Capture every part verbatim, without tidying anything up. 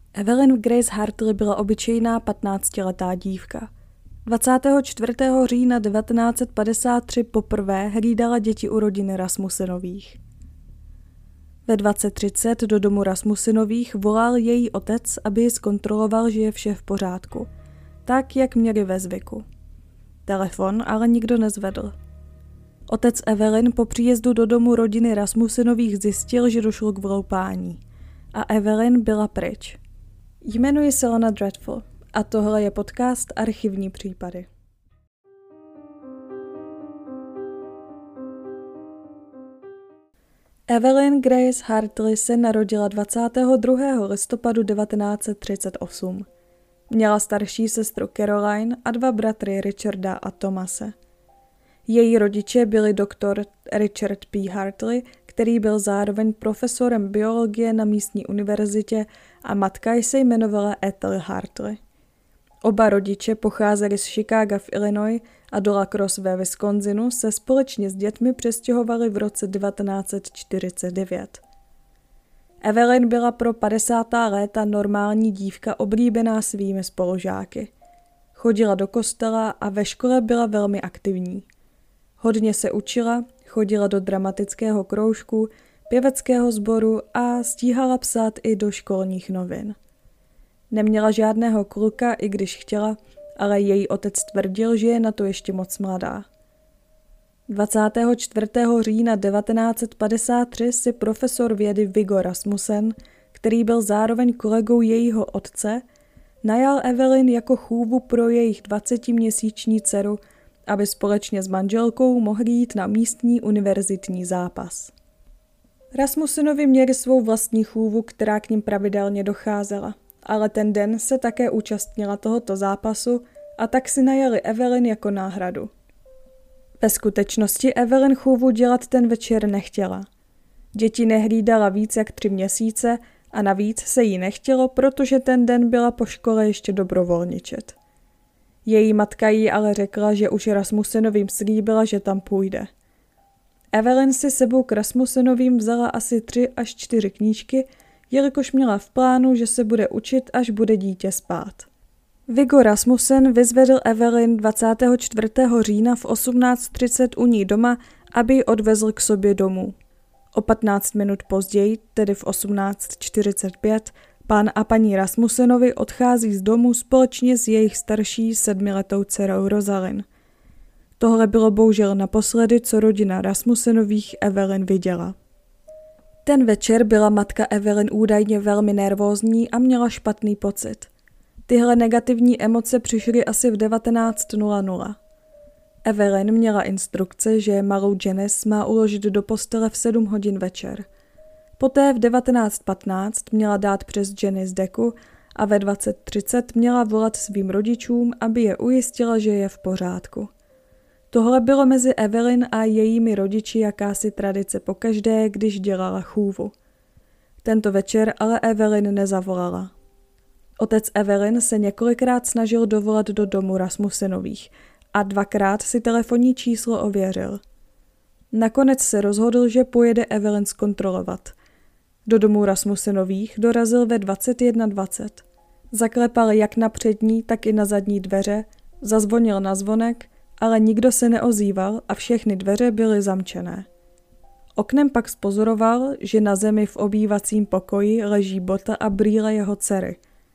Evelyn Grace Hartley byla obyčejná patnáctiletá dívka. dvacátého čtvrtého října devatenáct set padesát tři poprvé hlídala děti u rodiny Rasmussenových. Ve dvacet třicet do domu Rasmussenových volal její otec, aby ji zkontroloval, že je vše v pořádku, tak, jak měli ve zvyku. Telefon ale nikdo nezvedl. Otec Evelyn po příjezdu do domu rodiny Rasmussenových zjistil, že došlo k vloupání. A Evelyn byla pryč. Jmenuji se Lana Dreadful a tohle je podcast Archivní případy. Evelyn Grace Hartley se narodila dvacátého druhého listopadu devatenáct set třicet osm. Měla starší sestru Caroline a dva bratry Richarda a Thomase. Její rodiče byli doktor Richard P. Hartley, který byl zároveň profesorem biologie na místní univerzitě, a matka se jmenovala Ethel Hartley. Oba rodiče pocházeli z Chicaga v Illinois a do La Crosse ve Wisconsinu se společně s dětmi přestěhovali v roce devatenáct set čtyřicet devět. Evelyn byla pro padesátá léta normální dívka oblíbená svými spolužáky. Chodila do kostela a ve škole byla velmi aktivní. Hodně se učila, chodila do dramatického kroužku, pěveckého sboru a stíhala psát i do školních novin. Neměla žádného kluka, i když chtěla, ale její otec tvrdil, že je na to ještě moc mladá. dvacátého čtvrtého října devatenáct set padesát tři si profesor vědy Viggo Rasmussen, který byl zároveň kolegou jejího otce, najal Evelyn jako chůvu pro jejich dvacetiměsíční dceru, aby společně s manželkou mohli jít na místní univerzitní zápas. Rasmussenovi měli svou vlastní chůvu, která k nim pravidelně docházela, ale ten den se také účastnila tohoto zápasu a tak si najali Evelyn jako náhradu. Ve skutečnosti Evelyn chůvu dělat ten večer nechtěla. Děti nehlídala víc jak tři měsíce a navíc se jí nechtělo, protože ten den byla po škole ještě dobrovolničet. Její matka jí ale řekla, že už Rasmussenovým slíbila, že tam půjde. Evelyn si sebou k Rasmussenovým vzala asi tři až čtyři knížky, jelikož měla v plánu, že se bude učit, až bude dítě spát. Viggo Rasmussen vyzvedl Evelyn dvacátého čtvrtého října v osmnáct třicet u ní doma, aby ji odvezl k sobě domů. O patnáct minut později, tedy v osmnáct čtyřicet pět, pán a paní Rasmussenovi odchází z domu společně s jejich starší sedmiletou dcerou Rosalind. Tohle bylo bohužel naposledy, co rodina Rasmussenových Evelyn viděla. Ten večer byla matka Evelyn údajně velmi nervózní a měla špatný pocit. Tyhle negativní emoce přišly asi v devatenáct nula nula. Evelyn měla instrukce, že malou Janice má uložit do postele v sedm hodin večer. Poté v devatenáct patnáct měla dát přes Janice deku a ve dvacet třicet měla volat svým rodičům, aby je ujistila, že je v pořádku. Tohle bylo mezi Evelyn a jejími rodiči jakási tradice pokaždé, když dělala chůvu. Tento večer ale Evelyn nezavolala. Otec Evelyn se několikrát snažil dovolat do domu Rasmussenových a dvakrát si telefonní číslo ověřil. Nakonec se rozhodl, že pojede Evelyn zkontrolovat. Do domu Rasmussenových dorazil ve dvacet jedna dvacet. Zaklepal jak na přední, tak i na zadní dveře, zazvonil na zvonek, ale nikdo se neozýval a všechny dveře byly zamčené. Oknem pak zpozoroval, že na zemi v obývacím pokoji leží bota a brýle jeho dcery.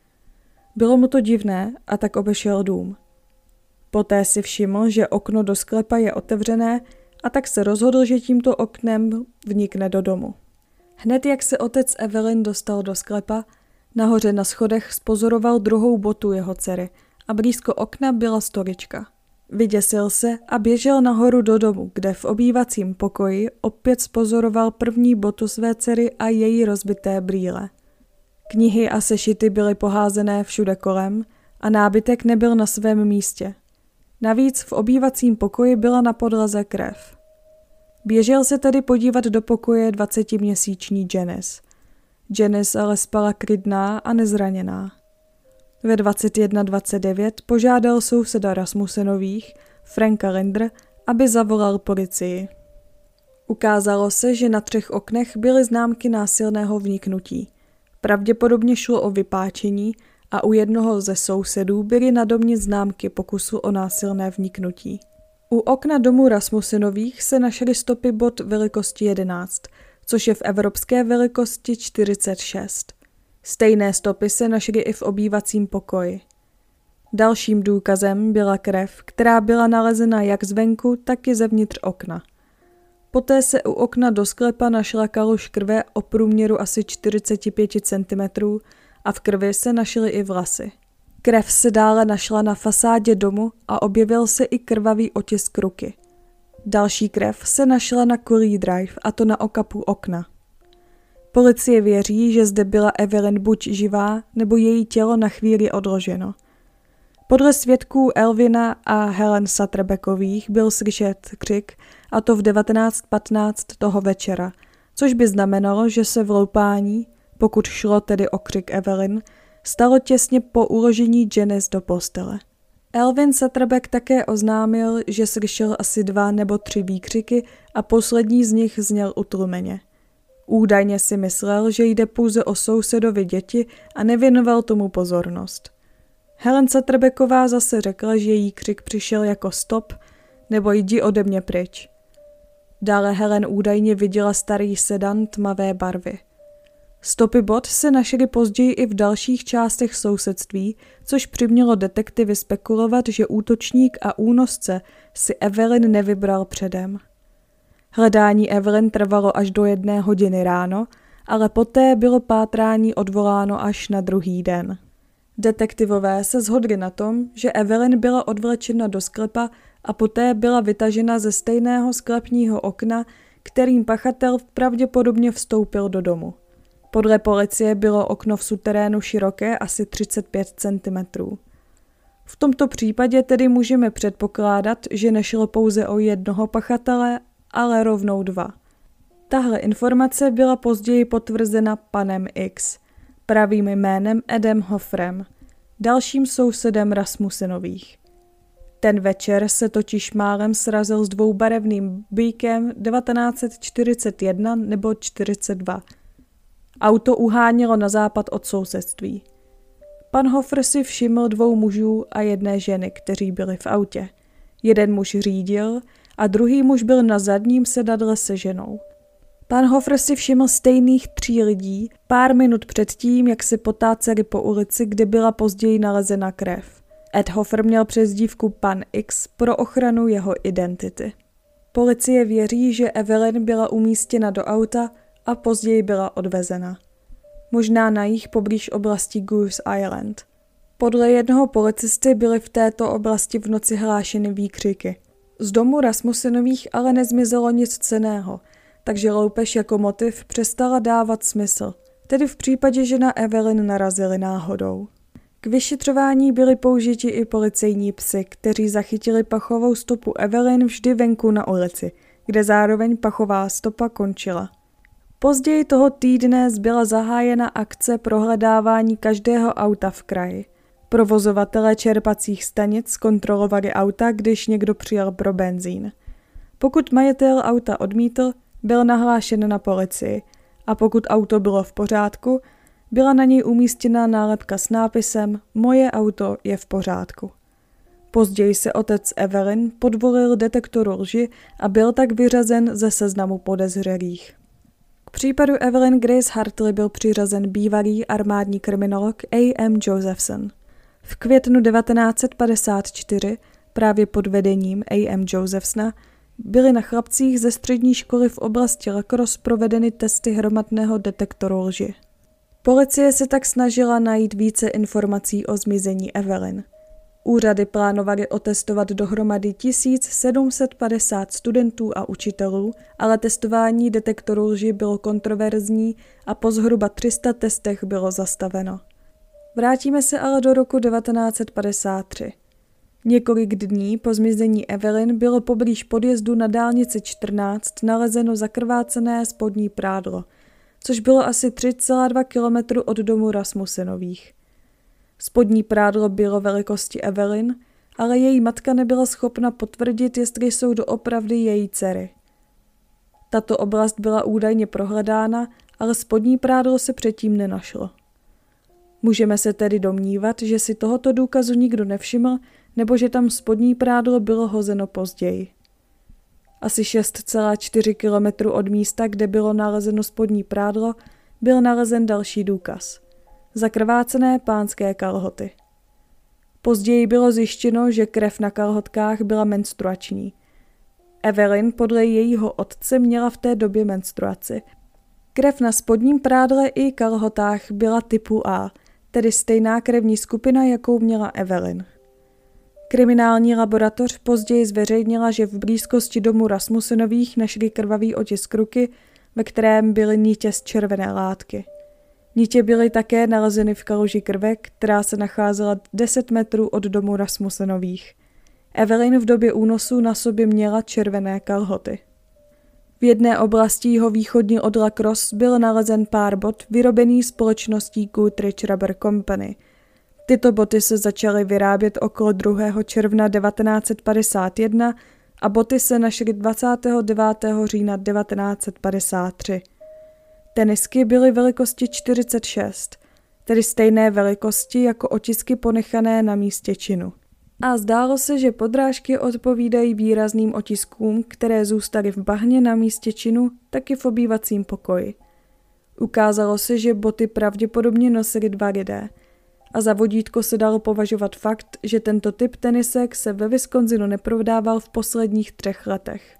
Bylo mu to divné a tak obešel dům. Poté si všiml, že okno do sklepa je otevřené a tak se rozhodl, že tímto oknem vnikne do domu. Hned jak se otec Evelyn dostal do sklepa, nahoře na schodech zpozoroval druhou botu jeho dcery a blízko okna byla stolička. Vyděsil se a běžel nahoru do domu, kde v obývacím pokoji opět zpozoroval první botu své dcery a její rozbité brýle. Knihy a sešity byly poházené všude kolem a nábytek nebyl na svém místě. Navíc v obývacím pokoji byla na podlaze krev. Běžel se tedy podívat do pokoje dvacetiměsíční Janice. Janice ale spala klidná a nezraněná. Ve dvacet jedna dvacet devět požádal souseda Rasmussenových, Franka Lindr, aby zavolal policii. Ukázalo se, že na třech oknech byly známky násilného vniknutí. Pravděpodobně šlo o vypáčení a u jednoho ze sousedů byly na domě známky pokusu o násilné vniknutí. U okna domu Rasmusenových se našly stopy bot velikosti jedenáct, což je v evropské velikosti čtyřicet šest. Stejné stopy se našly i v obývacím pokoji. Dalším důkazem byla krev, která byla nalezena jak zvenku, tak i zevnitř okna. Poté se u okna do sklepa našla kaluž krve o průměru asi čtyřicet pět centimetrů a v krvi se našly i vlasy. Krev se dále našla na fasádě domu a objevil se i krvavý otisk ruky. Další krev se našla na Curry Drive, a to na okapu okna. Policie věří, že zde byla Evelyn buď živá, nebo její tělo na chvíli odloženo. Podle svědků Elvina a Helen Satterbeckových byl slyšet křik, a to v devatenáct patnáct toho večera, což by znamenalo, že se vloupání, pokud šlo tedy o křik Evelyn, stalo těsně po uložení Janice do postele. Elvin Satterbeck také oznámil, že slyšel asi dva nebo tři výkřiky a poslední z nich zněl utlumeně. Údajně si myslel, že jde pouze o sousedovi děti a nevěnoval tomu pozornost. Helen Satterbecková zase řekla, že její křik přišel jako stop nebo jdi ode mě pryč. Dále Helen údajně viděla starý sedan tmavé barvy. Stopy bot se našly později i v dalších částech sousedství, což přimělo detektivy spekulovat, že útočník a únosce si Evelyn nevybral předem. Hledání Evelyn trvalo až do jedné hodiny ráno, ale poté bylo pátrání odvoláno až na druhý den. Detektivové se shodli na tom, že Evelyn byla odvlečena do sklepa a poté byla vytažena ze stejného sklepního okna, kterým pachatel pravděpodobně vstoupil do domu. Podle policie bylo okno v suterénu široké asi třicet pět centimetrů. V tomto případě tedy můžeme předpokládat, že nešlo pouze o jednoho pachatele, ale rovnou dva. Tahle informace byla později potvrzena panem X, pravým jménem Edem Hofferem, dalším sousedem Rasmusenových. Ten večer se totiž málem srazil s dvoubarevným Buickem devatenáct set čtyřicet jedna nebo čtyřicet dva. Auto uhánělo na západ od sousedství. Pan Hoffer si všiml dvou mužů a jedné ženy, kteří byli v autě. Jeden muž řídil a druhý muž byl na zadním sedadle se ženou. Pan Hoffer si všiml stejných tří lidí pár minut předtím, jak se potáceli po ulici, kde byla později nalezena krev. Ed Hoffer měl přezdívku Pan X pro ochranu jeho identity. Policie věří, že Evelyn byla umístěna do auta a později byla odvezena. Možná na jih poblíž oblasti Goose Island. Podle jednoho policisty byly v této oblasti v noci hlášeny výkřiky. Z domu Rasmusenových ale nezmizelo nic cenného, takže loupež jako motiv přestala dávat smysl, tedy v případě, že na Evelyn narazili náhodou. K vyšetřování byli použiti i policejní psi, kteří zachytili pachovou stopu Evelyn vždy venku na ulici, kde zároveň pachová stopa končila. Později toho týdne byla zahájena akce prohledávání každého auta v kraji. Provozovatelé čerpacích stanic kontrolovali auta, když někdo přijel pro benzín. Pokud majitel auta odmítl, byl nahlášen na policii a pokud auto bylo v pořádku, byla na něj umístěna nálepka s nápisem Moje auto je v pořádku. Později se otec Evelyn podvolil detektoru lži a byl tak vyřazen ze seznamu podezřelých. K případu Evelyn Grace Hartley byl přiřazen bývalý armádní kriminolog A M Josephson. V květnu devatenáct set padesát čtyři, právě pod vedením A M Josephsona, byly na chlapcích ze střední školy v oblasti Lacrosse provedeny testy hromadného detektoru lži. Policie se tak snažila najít více informací o zmizení Evelyn. Úřady plánovaly otestovat dohromady tisíc sedm set padesát studentů a učitelů, ale testování detektoru lži bylo kontroverzní a po zhruba tři sta testech bylo zastaveno. Vrátíme se ale do roku devatenáct set padesát tři. Několik dní po zmizení Evelyn bylo poblíž podjezdu na dálnici čtrnáct nalezeno zakrvácené spodní prádlo, což bylo asi tři celá dva kilometru od domu Rasmusenových. Spodní prádlo bylo velikosti Evelyn, ale její matka nebyla schopna potvrdit, jestli jsou doopravdy její dcery. Tato oblast byla údajně prohledána, ale spodní prádlo se předtím nenašlo. Můžeme se tedy domnívat, že si tohoto důkazu nikdo nevšiml, nebo že tam spodní prádlo bylo hozeno později. Asi šest celá čtyři kilometru od místa, kde bylo nalezeno spodní prádlo, byl nalezen další důkaz. Zakrvácené pánské kalhoty. Později bylo zjištěno, že krev na kalhotkách byla menstruační. Evelyn podle jejího otce měla v té době menstruaci. Krev na spodním prádle i kalhotách byla typu A, tedy stejná krevní skupina, jakou měla Evelyn. Kriminální laboratoř později zveřejnila, že v blízkosti domu Rasmussenových našli krvavý otisk ruky, ve kterém byly nitě z červené látky. Nitě byly také nalezeny v kaluži krve, která se nacházela deset metrů od domu Rasmussenových. Evelyn v době únosu na sobě měla červené kalhoty. V jedné oblasti jihovýchodní od La Crosse byl nalezen pár bot vyrobený společností Goodrich Rubber Company. Tyto boty se začaly vyrábět okolo druhého června devatenáct set padesát jedna a boty se našly dvacátého devátého října devatenáct set padesát tři. Tenisky byly velikosti čtyřicet šest, tedy stejné velikosti jako otisky ponechané na místě činu. A zdálo se, že podrážky odpovídají výrazným otiskům, které zůstaly v bahně na místě činu, taky v obývacím pokoji. Ukázalo se, že boty pravděpodobně nosili dva lidé. A za vodítko se dalo považovat fakt, že tento typ tenisek se ve Wisconsinu neprodával v posledních třech letech.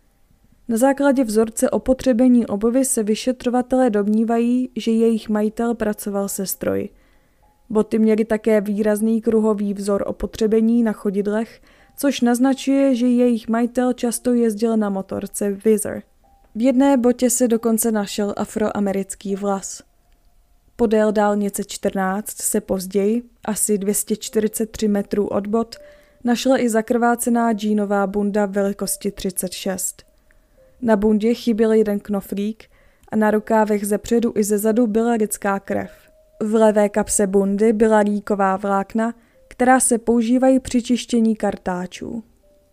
Na základě vzorce opotřebení obuvy se vyšetřovatelé domnívají, že jejich majitel pracoval se stroji. Boty měly také výrazný kruhový vzor opotřebení na chodidlech, což naznačuje, že jejich majitel často jezdil na motorce Whizzer. V jedné botě se dokonce našel afroamerický vlas. Podél dálnice čtrnáct se později, asi dvě stě čtyřicet tři metrů od bot, našla i zakrvácená džínová bunda velikosti třicet šest. Na bundě chyběl jeden knoflík a na rukávech zepředu i zezadu byla lidská krev. V levé kapse bundy byla líková vlákna, která se používají při čištění kartáčů.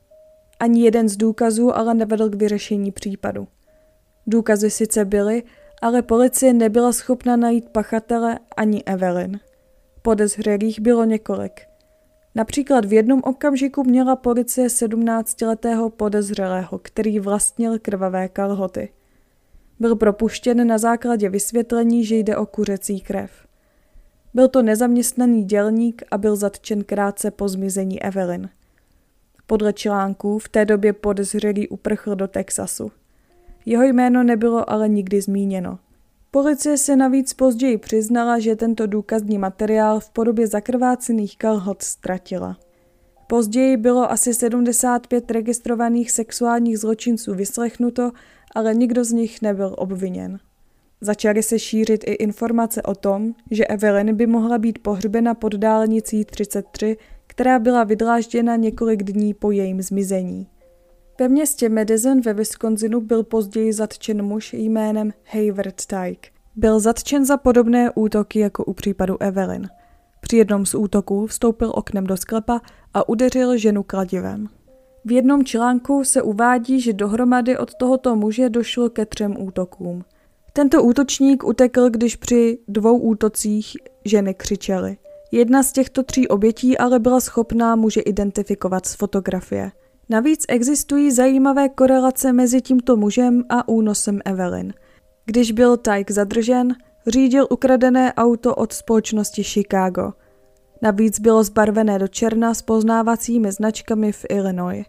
Ani jeden z důkazů ale nevedl k vyřešení případu. Důkazy sice byly, ale policie nebyla schopna najít pachatele ani Evelyn. Podezřelých bylo několik. Například v jednom okamžiku měla policie sedmnáctiletého podezřelého, který vlastnil krvavé kalhoty. Byl propuštěn na základě vysvětlení, že jde o kuřecí krev. Byl to nezaměstnaný dělník a byl zatčen krátce po zmizení Evelyn. Podle článků v té době podezřelý uprchl do Texasu. Jeho jméno nebylo ale nikdy zmíněno. Policie se navíc později přiznala, že tento důkazní materiál v podobě zakrvácených kalhot ztratila. Později bylo asi sedmdesát pět registrovaných sexuálních zločinců vyslechnuto, ale nikdo z nich nebyl obviněn. Začaly se šířit i informace o tom, že Evelyn by mohla být pohřbena pod dálnicí třicet tři, která byla vydlážděna několik dní po jejím zmizení. Ve městě Madison ve Wisconsinu byl později zatčen muž jménem Hayward Tyke. Byl zatčen za podobné útoky jako u případu Evelyn. Při jednom z útoků vstoupil oknem do sklepa a udeřil ženu kladivem. V jednom článku se uvádí, že dohromady od tohoto muže došlo ke třem útokům. Tento útočník utekl, když při dvou útocích ženy křičely. Jedna z těchto tří obětí ale byla schopná muže identifikovat z fotografie. Navíc existují zajímavé korelace mezi tímto mužem a únosem Evelyn. Když byl Tyke zadržen, řídil ukradené auto od společnosti Chicago. Navíc bylo zbarvené do černa s poznávacími značkami v Illinois.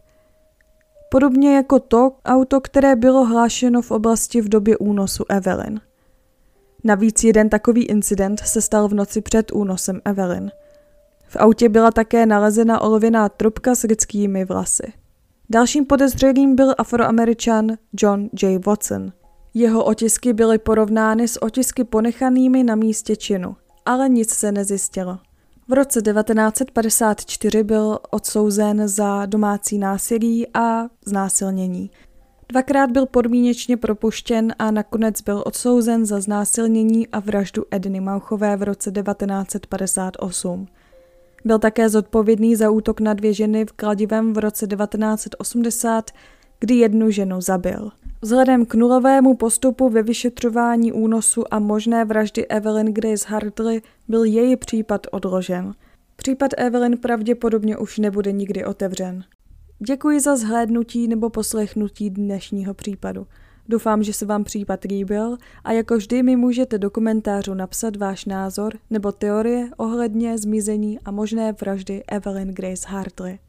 Podobně jako to auto, které bylo hlášeno v oblasti v době únosu Evelyn. Navíc jeden takový incident se stal v noci před únosem Evelyn. V autě byla také nalezena olověná trubka s lidskými vlasy. Dalším podezřelým byl Afroameričan John J. Watson. Jeho otisky byly porovnány s otisky ponechanými na místě činu, ale nic se nezjistilo. V roce devatenáct set padesát čtyři byl odsouzen za domácí násilí a znásilnění. Dvakrát byl podmínečně propuštěn a nakonec byl odsouzen za znásilnění a vraždu Edny Mauchové v roce devatenáct set padesát osm. Byl také zodpovědný za útok na dvě ženy v Kladivem v roce devatenáct set osmdesát, kdy jednu ženu zabil. Vzhledem k nulovému postupu ve vyšetřování únosu a možné vraždy Evelyn Grace Hartley byl její případ odložen. Případ Evelyn pravděpodobně už nebude nikdy otevřen. Děkuji za zhlédnutí nebo poslechnutí dnešního případu. Doufám, že se vám případ líbil a jako vždy mi můžete do komentářů napsat váš názor nebo teorie ohledně zmizení a možné vraždy Evelyn Grace Hartley.